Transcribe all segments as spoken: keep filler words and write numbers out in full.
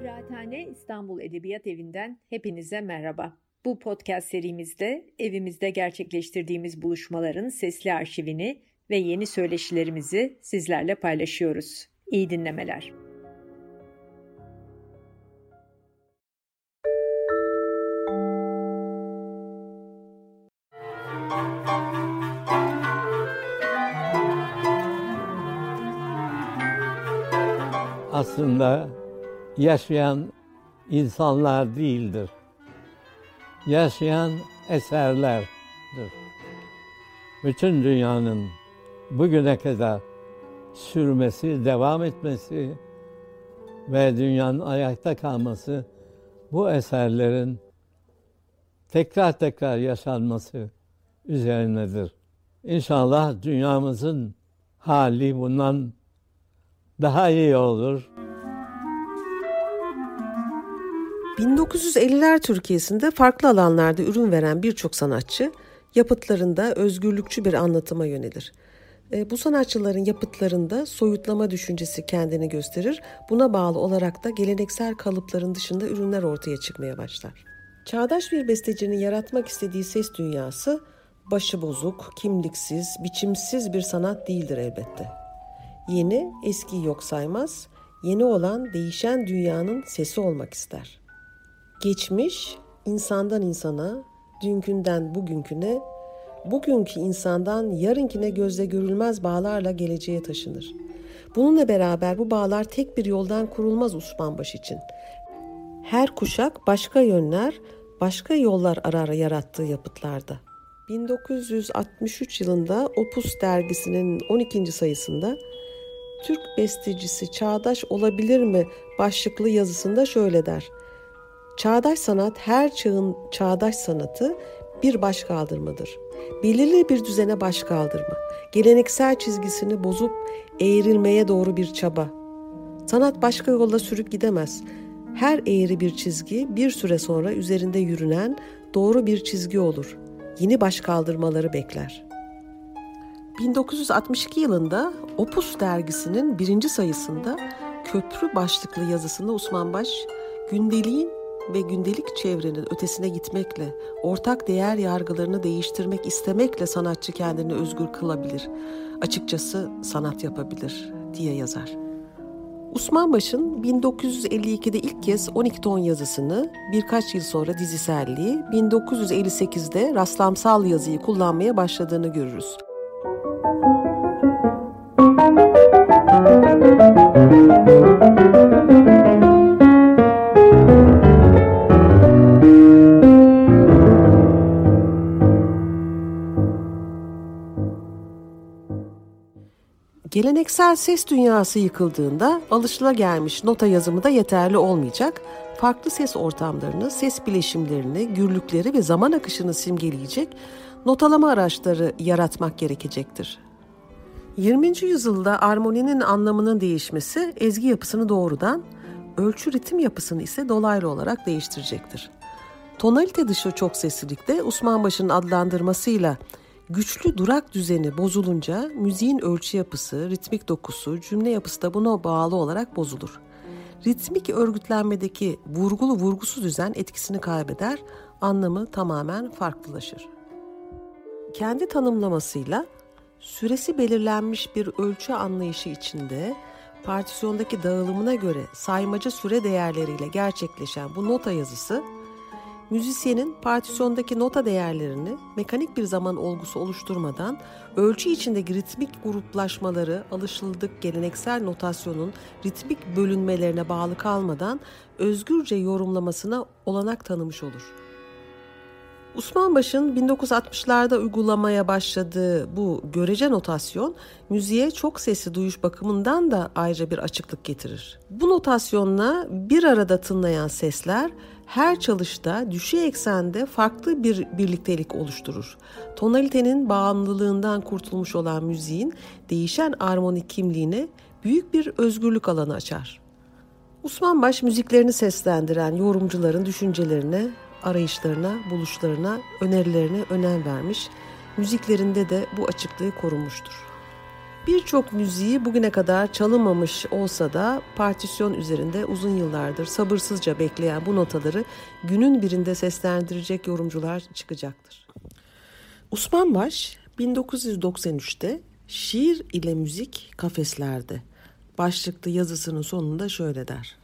Kıraathane İstanbul Edebiyat Evi'nden hepinize merhaba. Bu podcast serimizde evimizde gerçekleştirdiğimiz buluşmaların sesli arşivini ve yeni söyleşilerimizi sizlerle paylaşıyoruz. İyi dinlemeler. Aslında yaşayan insanlar değildir. Yaşayan eserlerdir. Bütün dünyanın bugüne kadar sürmesi, devam etmesi ve dünyanın ayakta kalması bu eserlerin tekrar tekrar yaşanması üzerinedir. İnşallah dünyamızın hali bundan daha iyi olur. bin dokuz yüz elliler Türkiye'sinde farklı alanlarda ürün veren birçok sanatçı yapıtlarında özgürlükçü bir anlatıma yönelir. E, bu sanatçıların yapıtlarında soyutlama düşüncesi kendini gösterir. Buna bağlı olarak da geleneksel kalıpların dışında ürünler ortaya çıkmaya başlar. Çağdaş bir bestecinin yaratmak istediği ses dünyası başıbozuk, kimliksiz, biçimsiz bir sanat değildir elbette. Yeni, eskiyi yok saymaz, yeni olan değişen dünyanın sesi olmak ister. Geçmiş, insandan insana, dünkünden bugünküne, bugünkü insandan yarınkine gözle görülmez bağlarla geleceğe taşınır. Bununla beraber bu bağlar tek bir yoldan kurulmaz Osmanbaş için. Her kuşak başka yönler, başka yollar arar yarattığı yapıtlarda. bin dokuz yüz altmış üç yılında Opus dergisinin on ikinci sayısında Türk bestecisi çağdaş olabilir mi başlıklı yazısında şöyle der. Çağdaş sanat her çağın çağdaş sanatı bir başkaldırmadır. Belirli bir düzene başkaldırma, geleneksel çizgisini bozup eğrilmeye doğru bir çaba. Sanat başka yolda sürüp gidemez. Her eğri bir çizgi bir süre sonra üzerinde yürünen doğru bir çizgi olur. Yeni başkaldırmaları bekler. bin dokuz yüz altmış iki yılında Opus dergisinin birinci sayısında Köprü başlıklı yazısında Osmanbaş, gündeliğin ve gündelik çevrenin ötesine gitmekle, ortak değer yargılarını değiştirmek istemekle sanatçı kendini özgür kılabilir. Açıkçası sanat yapabilir diye yazar. Osmanbaş'ın bin dokuz yüz elli ikide ilk kez on iki ton yazısını, birkaç yıl sonra diziselliği, bin dokuz yüz elli sekizde rastlamsal yazıyı kullanmaya başladığını görürüz. Geleneksel ses dünyası yıkıldığında alışılagelmiş nota yazımı da yeterli olmayacak, farklı ses ortamlarını, ses bileşimlerini, gürlükleri ve zaman akışını simgeleyecek notalama araçları yaratmak gerekecektir. yirminci yüzyılda armoninin anlamının değişmesi ezgi yapısını doğrudan, ölçü ritim yapısını ise dolaylı olarak değiştirecektir. Tonalite dışı çok seslilikte Osmanbaş'ın adlandırmasıyla güçlü durak düzeni bozulunca müziğin ölçü yapısı, ritmik dokusu, cümle yapısı da buna bağlı olarak bozulur. Ritmik örgütlenmedeki vurgulu vurgusuz düzen etkisini kaybeder, anlamı tamamen farklılaşır. Kendi tanımlamasıyla süresi belirlenmiş bir ölçü anlayışı içinde partisyondaki dağılımına göre saymaca süre değerleriyle gerçekleşen bu nota yazısı, müzisyenin partisyondaki nota değerlerini mekanik bir zaman olgusu oluşturmadan ölçü içindeki ritmik gruplaşmaları alışıldık geleneksel notasyonun ritmik bölünmelerine bağlı kalmadan özgürce yorumlamasına olanak tanımış olur. Osmanbaş'ın bin dokuz yüz altmışlarda uygulamaya başladığı bu görece notasyon, müziğe çok sesli duyuş bakımından da ayrıca bir açıklık getirir. Bu notasyonla bir arada tınlayan sesler, her çalışta düşey eksende farklı bir birliktelik oluşturur. Tonalitenin bağımlılığından kurtulmuş olan müziğin değişen armonik kimliğine büyük bir özgürlük alanı açar. Osmanbaş müziklerini seslendiren yorumcuların düşüncelerine, arayışlarına, buluşlarına, önerilerine önem vermiş, müziklerinde de bu açıklığı korunmuştur. Birçok müziği bugüne kadar çalınmamış olsa da partisyon üzerinde uzun yıllardır sabırsızca bekleyen bu notaları günün birinde seslendirecek yorumcular çıkacaktır. Osman Baş bin dokuz yüz doksan üçte Şiir ile Müzik Kafeslerde başlıklı yazısının sonunda şöyle der.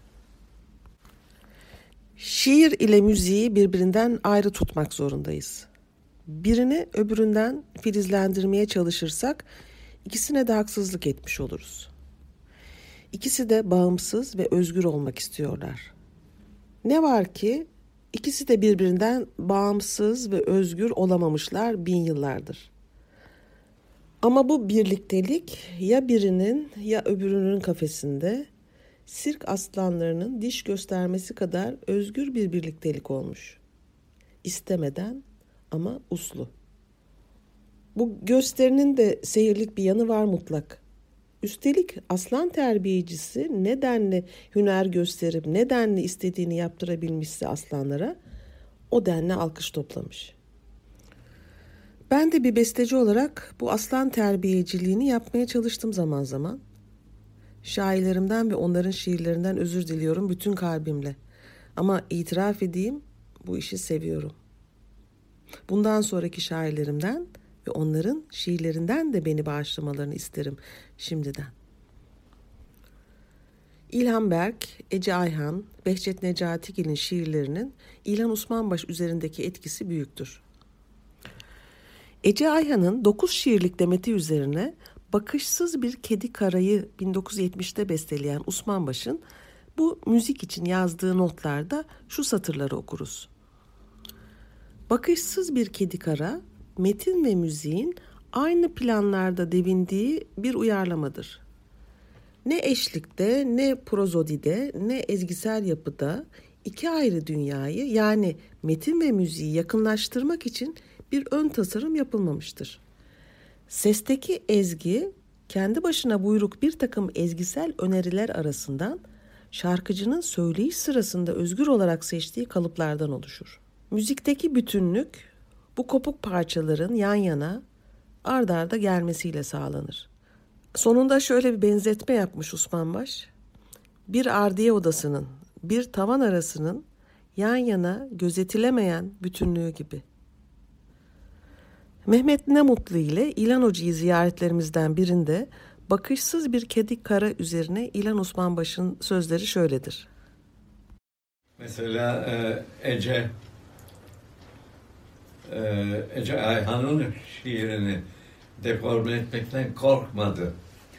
Şiir ile müziği birbirinden ayrı tutmak zorundayız. Birini öbüründen filizlendirmeye çalışırsak ikisine de haksızlık etmiş oluruz. İkisi de bağımsız ve özgür olmak istiyorlar. Ne var ki ikisi de birbirinden bağımsız ve özgür olamamışlar bin yıllardır. Ama bu birliktelik ya birinin ya öbürünün kafesinde sirk aslanlarının diş göstermesi kadar özgür bir birliktelik olmuş. İstemeden ama uslu. Bu gösterinin de seyirlik bir yanı var mutlak. Üstelik aslan terbiyecisi nedenle hüner gösterip nedenle istediğini yaptırabilmişse aslanlara o denli alkış toplamış. Ben de bir besteci olarak bu aslan terbiyeciliğini yapmaya çalıştım zaman zaman. Şairlerimden ve onların şiirlerinden özür diliyorum bütün kalbimle. Ama itiraf edeyim, bu işi seviyorum. Bundan sonraki şairlerimden ve onların şiirlerinden de beni bağışlamalarını isterim şimdiden. İlhan Berk, Ece Ayhan, Behçet Necatigil'in şiirlerinin İlhan Osmanbaş üzerindeki etkisi büyüktür. Ece Ayhan'ın dokuz şiirlik demeti üzerine Bakışsız Bir Kedi Kara'yı bin dokuz yüz yetmişte besteleyen Osmanbaş'ın bu müzik için yazdığı notlarda şu satırları okuruz. Bakışsız bir kedi kara, metin ve müziğin aynı planlarda devindiği bir uyarlamadır. Ne eşlikte, ne prozodide, ne ezgisel yapıda iki ayrı dünyayı yani metin ve müziği yakınlaştırmak için bir ön tasarım yapılmamıştır. Sesteki ezgi, kendi başına buyruk bir takım ezgisel öneriler arasından şarkıcının söyleyiş sırasında özgür olarak seçtiği kalıplardan oluşur. Müzikteki bütünlük, bu kopuk parçaların yan yana, ard arda gelmesiyle sağlanır. Sonunda şöyle bir benzetme yapmış Osmanbaş. Bir ardiye odasının, bir tavan arasının yan yana gözetilemeyen bütünlüğü gibi. Mehmet Nemutlu ile İlhan Hoca'yı ziyaretlerimizden birinde Bakışsız Bir Kedi Kara üzerine İlhan Osmanbaş'ın sözleri şöyledir. Mesela e, Ece e, Ece Ayhan'ın şiirini deforme etmekten korkmadı.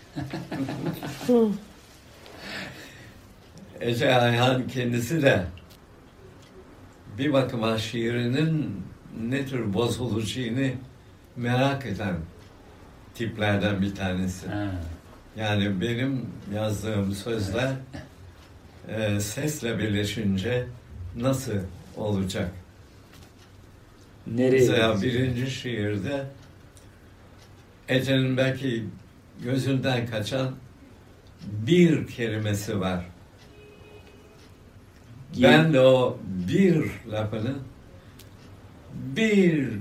Ece Ayhan kendisi de bir bakıma şiirinin ne tür bozulacağını merak eden tiplerden bir tanesi. Ha. Yani benim yazdığım sözler e, sesle birleşince nasıl olacak? Nereye Mesela gidecek? Birinci şiirde Ece'nin belki gözünden kaçan bir kelimesi var. Gel. Ben de o bir lafını bir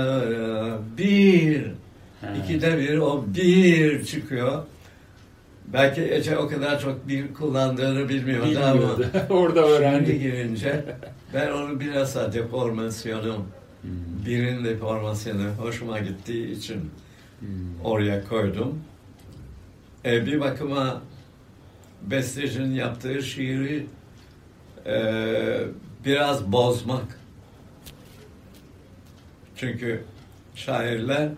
bir ha. ikide bir o bir çıkıyor. Belki Ece o kadar çok bir kullandığını bilmiyordu, bilmiyordu. Ama orada öğrendi. Şimdi girince ben onu biraz da deformasyonu hmm. birin deformasyonu hoşuma gittiği için hmm. oraya koydum. E, bir bakıma bestecinin yaptığı şiiri e, biraz bozmak. Çünkü şairler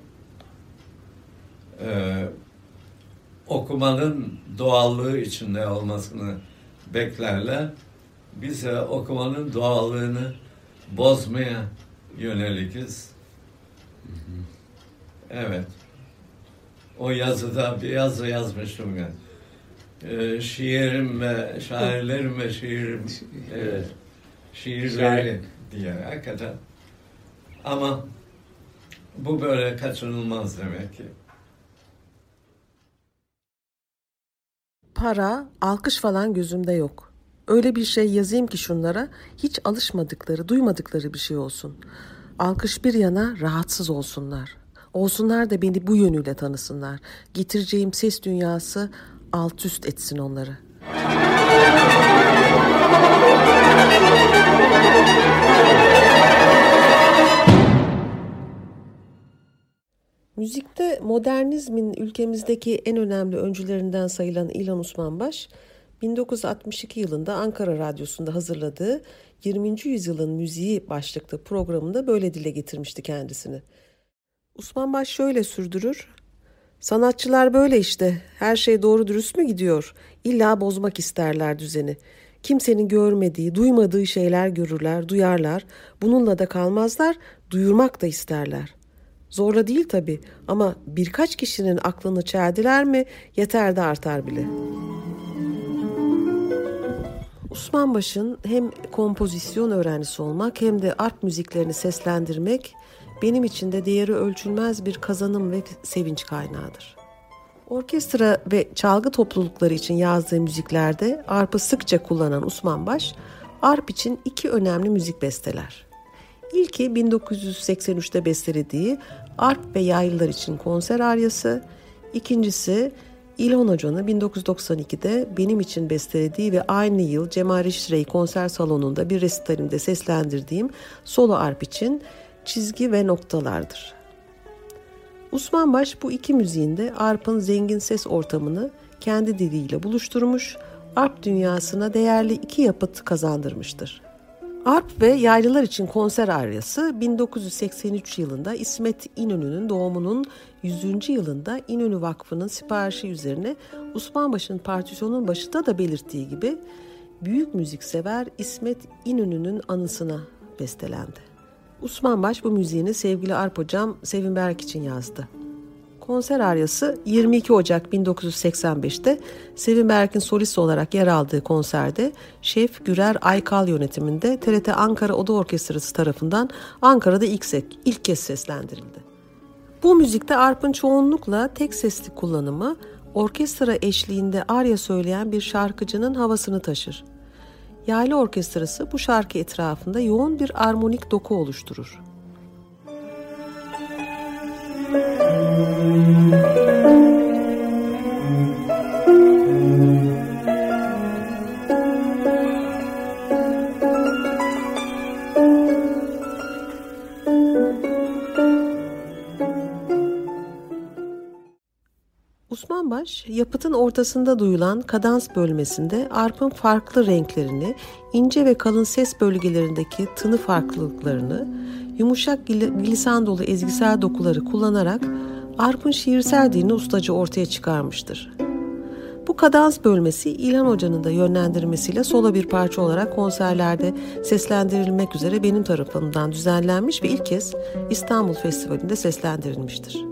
e, okumanın doğallığı içinde olmasını beklerler. Biz de okumanın doğallığını bozmaya yönelikiz. Hı hı. Evet. O yazıda bir yazı yazmıştım ben. Ee, şiirim ve şairlerim ve şiirim evet. şiirleri diye hakikaten. Ama bu böyle kaçınılmaz demek ki. Para, alkış falan gözümde yok. Öyle bir şey yazayım ki şunlara hiç alışmadıkları, duymadıkları bir şey olsun. Alkış bir yana rahatsız olsunlar. Olsunlar da beni bu yönüyle tanısınlar. Getireceğim ses dünyası alt üst etsin onları. Müzikte modernizmin ülkemizdeki en önemli öncülerinden sayılan İlhan Osmanbaş, bin dokuz yüz altmış iki yılında Ankara Radyosu'nda hazırladığı yirminci yüzyılın müziği başlıklı programında böyle dile getirmişti kendisini. Osmanbaş şöyle sürdürür: sanatçılar böyle işte, her şey doğru dürüst mü gidiyor? İlla bozmak isterler düzeni. Kimsenin görmediği, duymadığı şeyler görürler, duyarlar. Bununla da kalmazlar, duyurmak da isterler. Zorla değil tabii ama birkaç kişinin aklını çeldiler mi yeter de artar bile. Osmanbaş'ın hem kompozisyon öğrencisi olmak hem de arp müziklerini seslendirmek benim için de değeri ölçülmez bir kazanım ve sevinç kaynağıdır. Orkestra ve çalgı toplulukları için yazdığı müziklerde arpı sıkça kullanan Osmanbaş, arp için iki önemli müzik besteler. İlki bin dokuz yüz seksen üçte bestelediği arp ve yaylılar için konser aryası, ikincisi İlhan Hoca'nın bin dokuz yüz doksan ikide benim için bestelediği ve aynı yıl Cemal Reşit Rey konser salonunda bir resitalimde seslendirdiğim solo arp için çizgi ve noktalardır. Osmanbaş bu iki müziğinde arp'ın zengin ses ortamını kendi diliyle buluşturmuş, arp dünyasına değerli iki yapıt kazandırmıştır. Arp ve yaylılar için konser aryası bin dokuz yüz seksen üç yılında İsmet İnönü'nün doğumunun yüzüncü yılında İnönü Vakfı'nın siparişi üzerine Osmanbaş'ın partisyonun başında da belirttiği gibi büyük müziksever İsmet İnönü'nün anısına bestelendi. Osmanbaş bu müziğini sevgili arp hocam Sevim Berk için yazdı. Konser aryası yirmi iki Ocak bin dokuz yüz seksen beşte Sevim Berk'in solist olarak yer aldığı konserde Şef Gürer Aykal yönetiminde T R T Ankara Oda Orkestrası tarafından Ankara'da ilk, ilk kez seslendirildi. Bu müzikte arp'ın çoğunlukla tek sesli kullanımı orkestra eşliğinde arya söyleyen bir şarkıcının havasını taşır. Yaylı orkestrası bu şarkı etrafında yoğun bir armonik doku oluşturur. Osmanbaş, yapıtın ortasında duyulan kadans bölmesinde arp'ın farklı renklerini, ince ve kalın ses bölgelerindeki tını farklılıklarını, yumuşak glissando dolu ezgisel dokuları kullanarak arp'ın şiirsel dilini ustaca ortaya çıkarmıştır. Bu kadans bölmesi İlhan Hoca'nın da yönlendirmesiyle solo bir parça olarak konserlerde seslendirilmek üzere benim tarafımdan düzenlenmiş ve ilk kez İstanbul Festivali'nde seslendirilmiştir.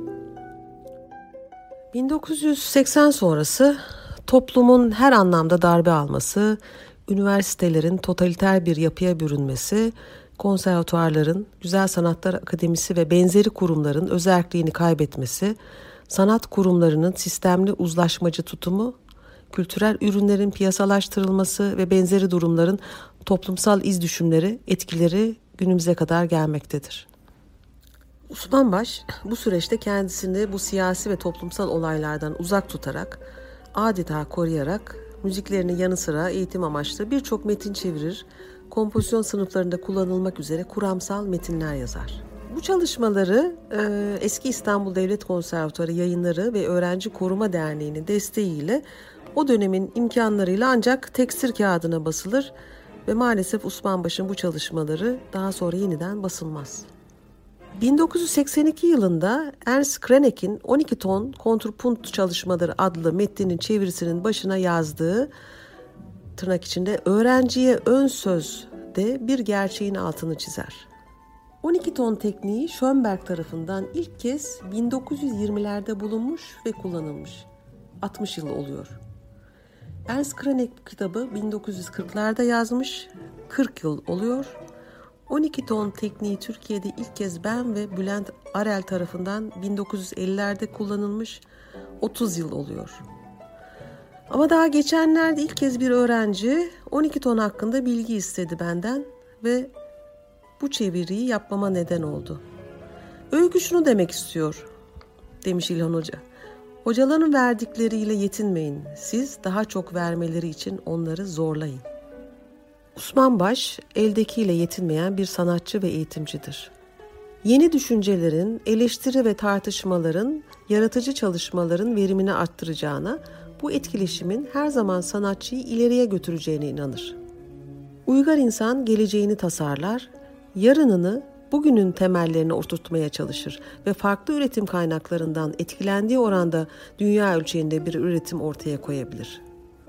bin dokuz yüz seksen sonrası toplumun her anlamda darbe alması, üniversitelerin totaliter bir yapıya bürünmesi, konservatuarların, Güzel Sanatlar Akademisi ve benzeri kurumların özerkliğini kaybetmesi, sanat kurumlarının sistemli uzlaşmacı tutumu, kültürel ürünlerin piyasalaştırılması ve benzeri durumların toplumsal izdüşümleri, etkileri günümüze kadar gelmektedir. Osmanbaş bu süreçte kendisini bu siyasi ve toplumsal olaylardan uzak tutarak, adeta koruyarak, müziklerinin yanı sıra eğitim amaçlı birçok metin çevirir, kompozisyon sınıflarında kullanılmak üzere kuramsal metinler yazar. Bu çalışmaları e, Eski İstanbul Devlet Konservatuarı Yayınları ve Öğrenci Koruma Derneği'nin desteğiyle o dönemin imkanlarıyla ancak tekstil kağıdına basılır ve maalesef Osmanbaş'ın bu çalışmaları daha sonra yeniden basılmaz. bin dokuz yüz seksen iki yılında Ernst Krenek'in on iki ton kontrpunt çalışmaları adlı metninin çevirisinin başına yazdığı, tırnak içinde, öğrenciye ön sözde bir gerçeğin altını çizer. on iki ton tekniği Schönberg tarafından ilk kez bin dokuz yüz yirmilerde bulunmuş ve kullanılmış. altmış yıl oluyor. Ernst Krenek bu kitabı bin dokuz yüz kırklarda yazmış, kırk yıl oluyor. on iki ton tekniği Türkiye'de ilk kez ben ve Bülent Arel tarafından bin dokuz yüz ellilerde kullanılmış, otuz yıl oluyor. Ama daha geçenlerde ilk kez bir öğrenci on iki ton hakkında bilgi istedi benden ve bu çeviriyi yapmama neden oldu. Öykü şunu demek istiyor, demiş İlhan Hoca. Hocaların verdikleriyle yetinmeyin. Siz daha çok vermeleri için onları zorlayın. Osman Baş, eldekiyle yetinmeyen bir sanatçı ve eğitimcidir. Yeni düşüncelerin, eleştiri ve tartışmaların, yaratıcı çalışmaların verimini arttıracağına, bu etkileşimin her zaman sanatçıyı ileriye götüreceğine inanır. Uygar insan geleceğini tasarlar, yarınını bugünün temellerini oturtmaya çalışır ve farklı üretim kaynaklarından etkilendiği oranda dünya ölçeğinde bir üretim ortaya koyabilir.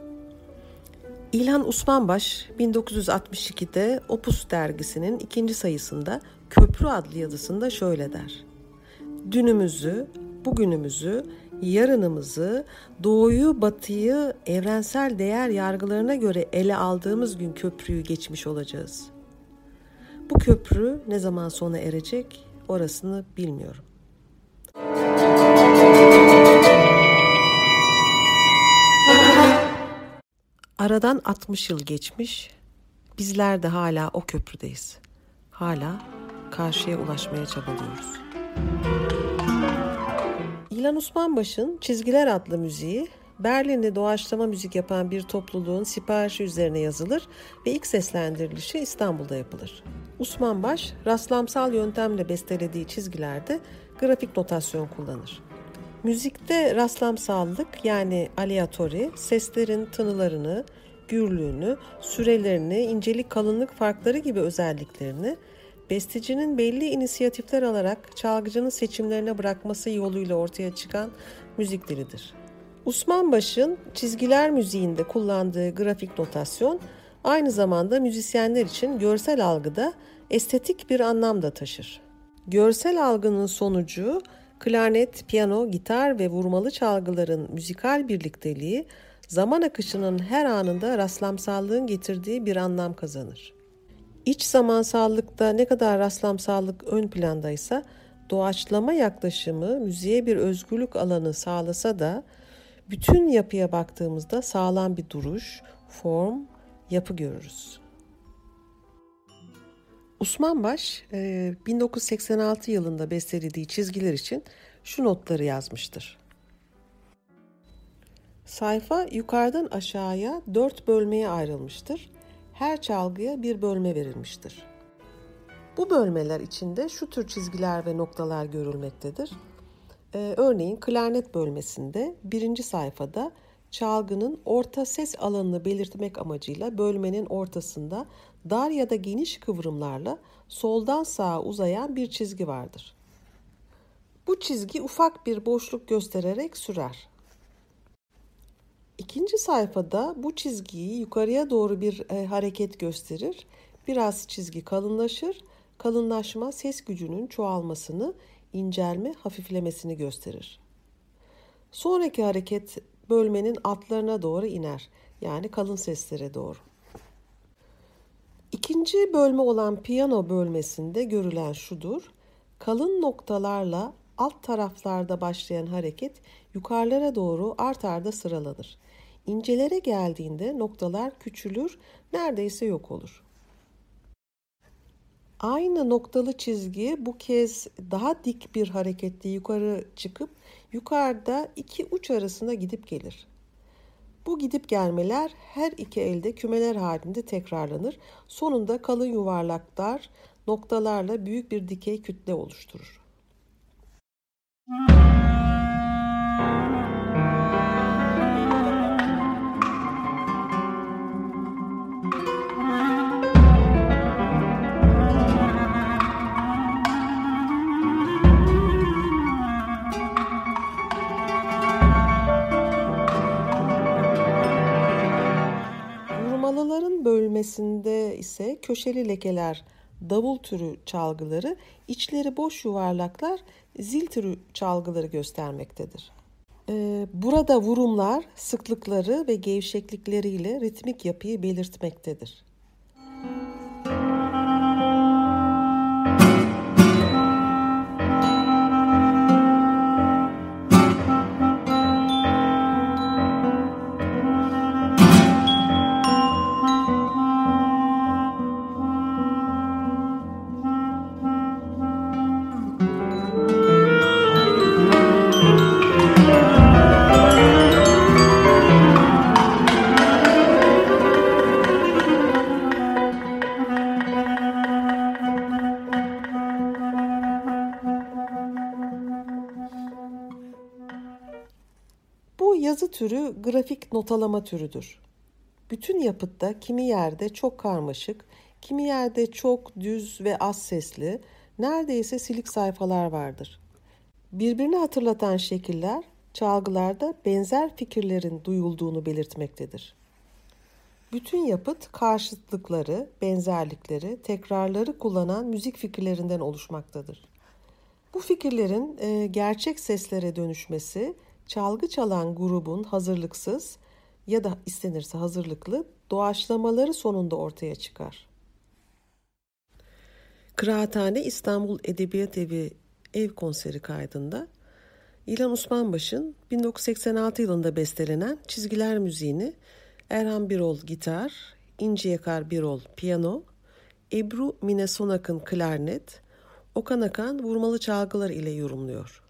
İlhan Usmanbaş bin dokuz yüz altmış ikide Opus dergisinin ikinci sayısında Köprü adlı yazısında şöyle der. Dünümüzü, bugünümüzü, yarınımızı, doğuyu, batıyı evrensel değer yargılarına göre ele aldığımız gün köprüyü geçmiş olacağız. Bu köprü ne zaman sona erecek, orasını bilmiyorum. Aradan altmış yıl geçmiş, bizler de hala o köprüdeyiz. Hala karşıya ulaşmaya çabalıyoruz. İlhan Usmanbaş'ın Çizgiler adlı müziği, Berlin'de doğaçlama müzik yapan bir topluluğun siparişi üzerine yazılır ve ilk seslendirilişi İstanbul'da yapılır. Usmanbaş, rastlamsal yöntemle bestelediği çizgilerde grafik notasyon kullanır. Müzikte rastlamsallık yani aleatori, seslerin tınılarını, gürlüğünü, sürelerini, incelik kalınlık farkları gibi özelliklerini bestecinin belli inisiyatifler alarak çalgıcının seçimlerine bırakması yoluyla ortaya çıkan müzik dilidir. Usmanbaş'ın çizgiler müziğinde kullandığı grafik notasyon aynı zamanda müzisyenler için görsel algıda estetik bir anlam da taşır. Görsel algının sonucu klarnet, piyano, gitar ve vurmalı çalgıların müzikal birlikteliği zaman akışının her anında rastlamsallığın getirdiği bir anlam kazanır. İç zamansallıkta ne kadar rastlamsallık ön plandaysa doğaçlama yaklaşımı müziğe bir özgürlük alanı sağlasa da bütün yapıya baktığımızda sağlam bir duruş, form, yapı görürüz. Usmanbaş bin dokuz yüz seksen altı yılında bestelediği çizgiler için şu notları yazmıştır. Sayfa yukarıdan aşağıya dört bölmeye ayrılmıştır. Her çalgıya bir bölme verilmiştir. Bu bölmeler içinde şu tür çizgiler ve noktalar görülmektedir. Ee, örneğin klarnet bölmesinde birinci sayfada çalgının orta ses alanını belirtmek amacıyla bölmenin ortasında dar ya da geniş kıvrımlarla soldan sağa uzayan bir çizgi vardır. Bu çizgi ufak bir boşluk göstererek sürer. İkinci sayfada bu çizgiyi yukarıya doğru bir e, hareket gösterir. Biraz çizgi kalınlaşır. Kalınlaşma ses gücünün çoğalmasını, incelme, hafiflemesini gösterir. Sonraki hareket bölmenin altlarına doğru iner. Yani kalın seslere doğru. İkinci bölme olan piyano bölmesinde görülen şudur. Kalın noktalarla alt taraflarda başlayan hareket yukarılara doğru art arda sıralanır. İncelere geldiğinde noktalar küçülür, neredeyse yok olur. Aynı noktalı çizgi bu kez daha dik bir hareketle yukarı çıkıp yukarıda iki uç arasında gidip gelir. Bu gidip gelmeler her iki elde kümeler halinde tekrarlanır. Sonunda kalın yuvarlaklar noktalarla büyük bir dikey kütle oluşturur. Bölmesinde ise köşeli lekeler, davul türü çalgıları, içleri boş yuvarlaklar, zil türü çalgıları göstermektedir. Ee, burada vurumlar, sıklıkları ve gevşeklikleriyle ritmik yapıyı belirtmektedir. yazı türü grafik notalama türüdür. Bütün yapıtta kimi yerde çok karmaşık, kimi yerde çok düz ve az sesli, neredeyse silik sayfalar vardır. Birbirini hatırlatan şekiller, çalgılarda benzer fikirlerin duyulduğunu belirtmektedir. Bütün yapıt karşıtlıkları, benzerlikleri, tekrarları kullanan müzik fikirlerinden oluşmaktadır. Bu fikirlerin e, gerçek seslere dönüşmesi, çalgı çalan grubun hazırlıksız ya da istenirse hazırlıklı doğaçlamaları sonunda ortaya çıkar. Kıraathane İstanbul Edebiyat Evi ev konseri kaydında İlhan Osmanbaş'ın bin dokuz yüz seksen altı yılında bestelenen Çizgiler müziğini Erhan Birol gitar, İnci Yakar Birol piyano, Ebru Mine Sonak'ın klarnet, Okan Akan vurmalı çalgılar ile yorumluyor.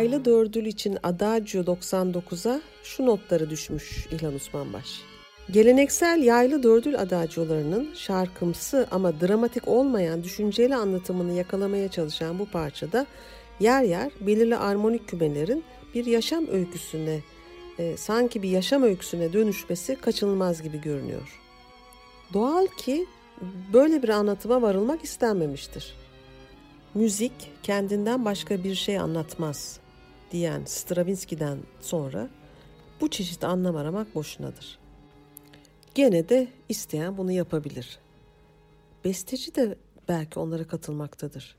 Yaylı dördül için Adagio doksan dokuza şu notları düşmüş İlhan Osmanbaş. Geleneksel yaylı dördül adagiolarının şarkımsı ama dramatik olmayan düşünceli anlatımını yakalamaya çalışan bu parçada yer yer belirli armonik kümelerin bir yaşam öyküsüne, e, sanki bir yaşam öyküsüne dönüşmesi kaçınılmaz gibi görünüyor. Doğal ki böyle bir anlatıma varılmak istenmemiştir. Müzik kendinden başka bir şey anlatmaz diyen Stravinsky'den sonra bu çeşit anlam aramak boşunadır. Gene de isteyen bunu yapabilir. Besteci de belki onlara katılmaktadır.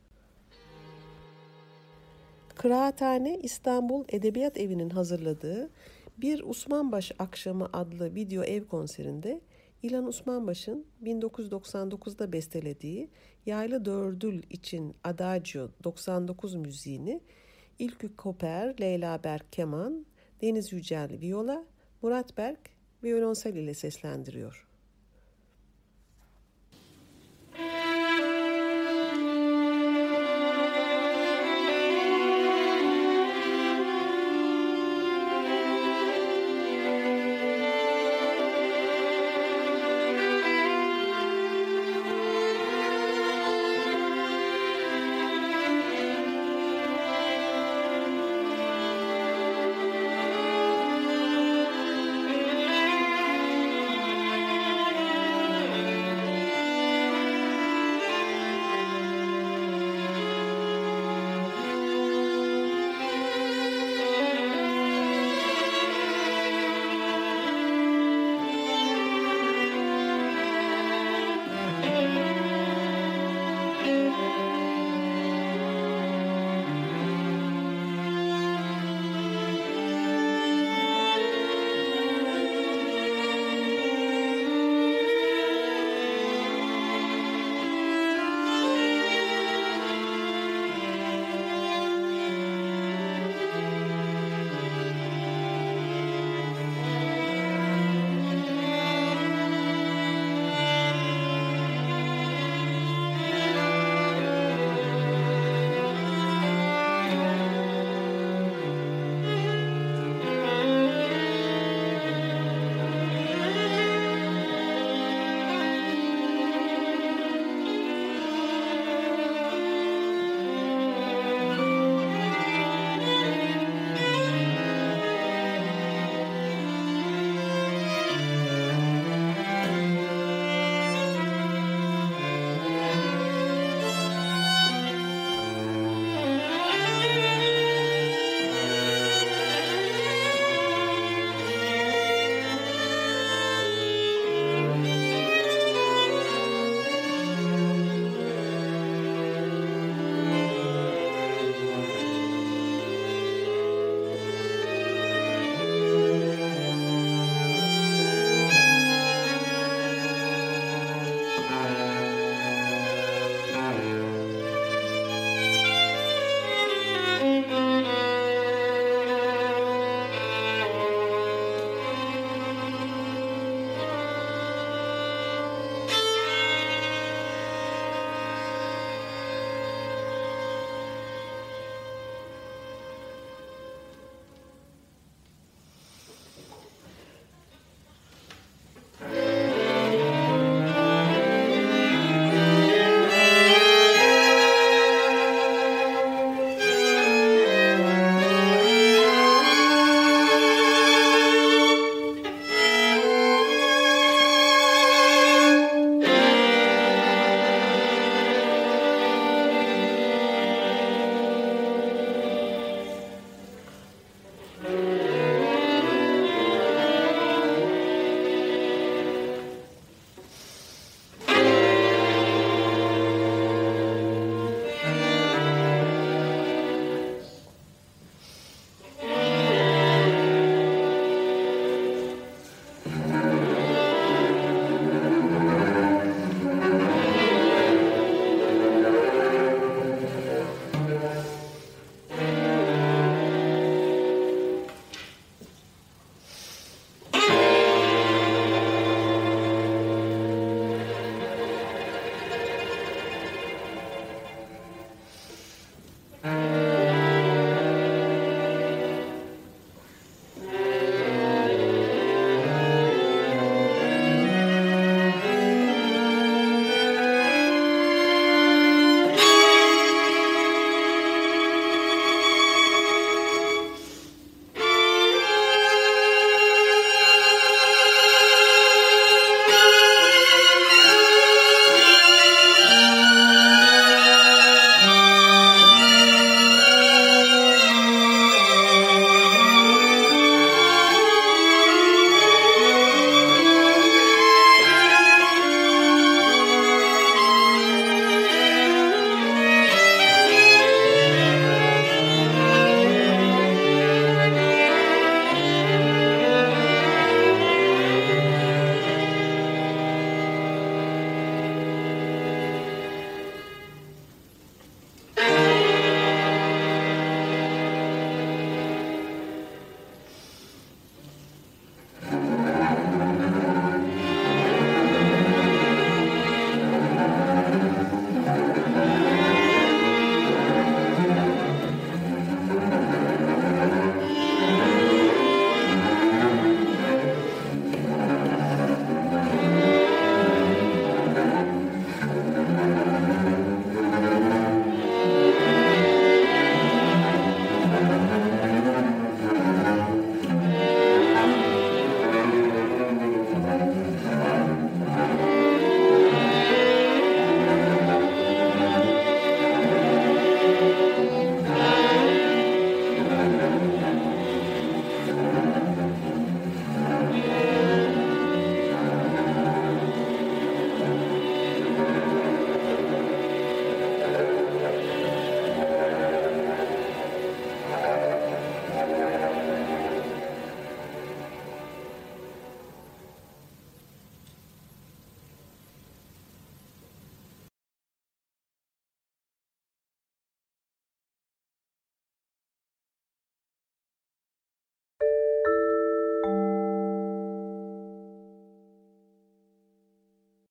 Kıraathane İstanbul Edebiyat Evi'nin hazırladığı Bir Osmanbaş Akşamı adlı video ev konserinde İlhan Osmanbaş'ın bin dokuz yüz doksan dokuzda bestelediği Yaylı Dördül için Adagio doksan dokuz müziğini İlkü Koper, Leyla Berk keman, Deniz Yücel viola, Murat Berk violonsel ile seslendiriyor.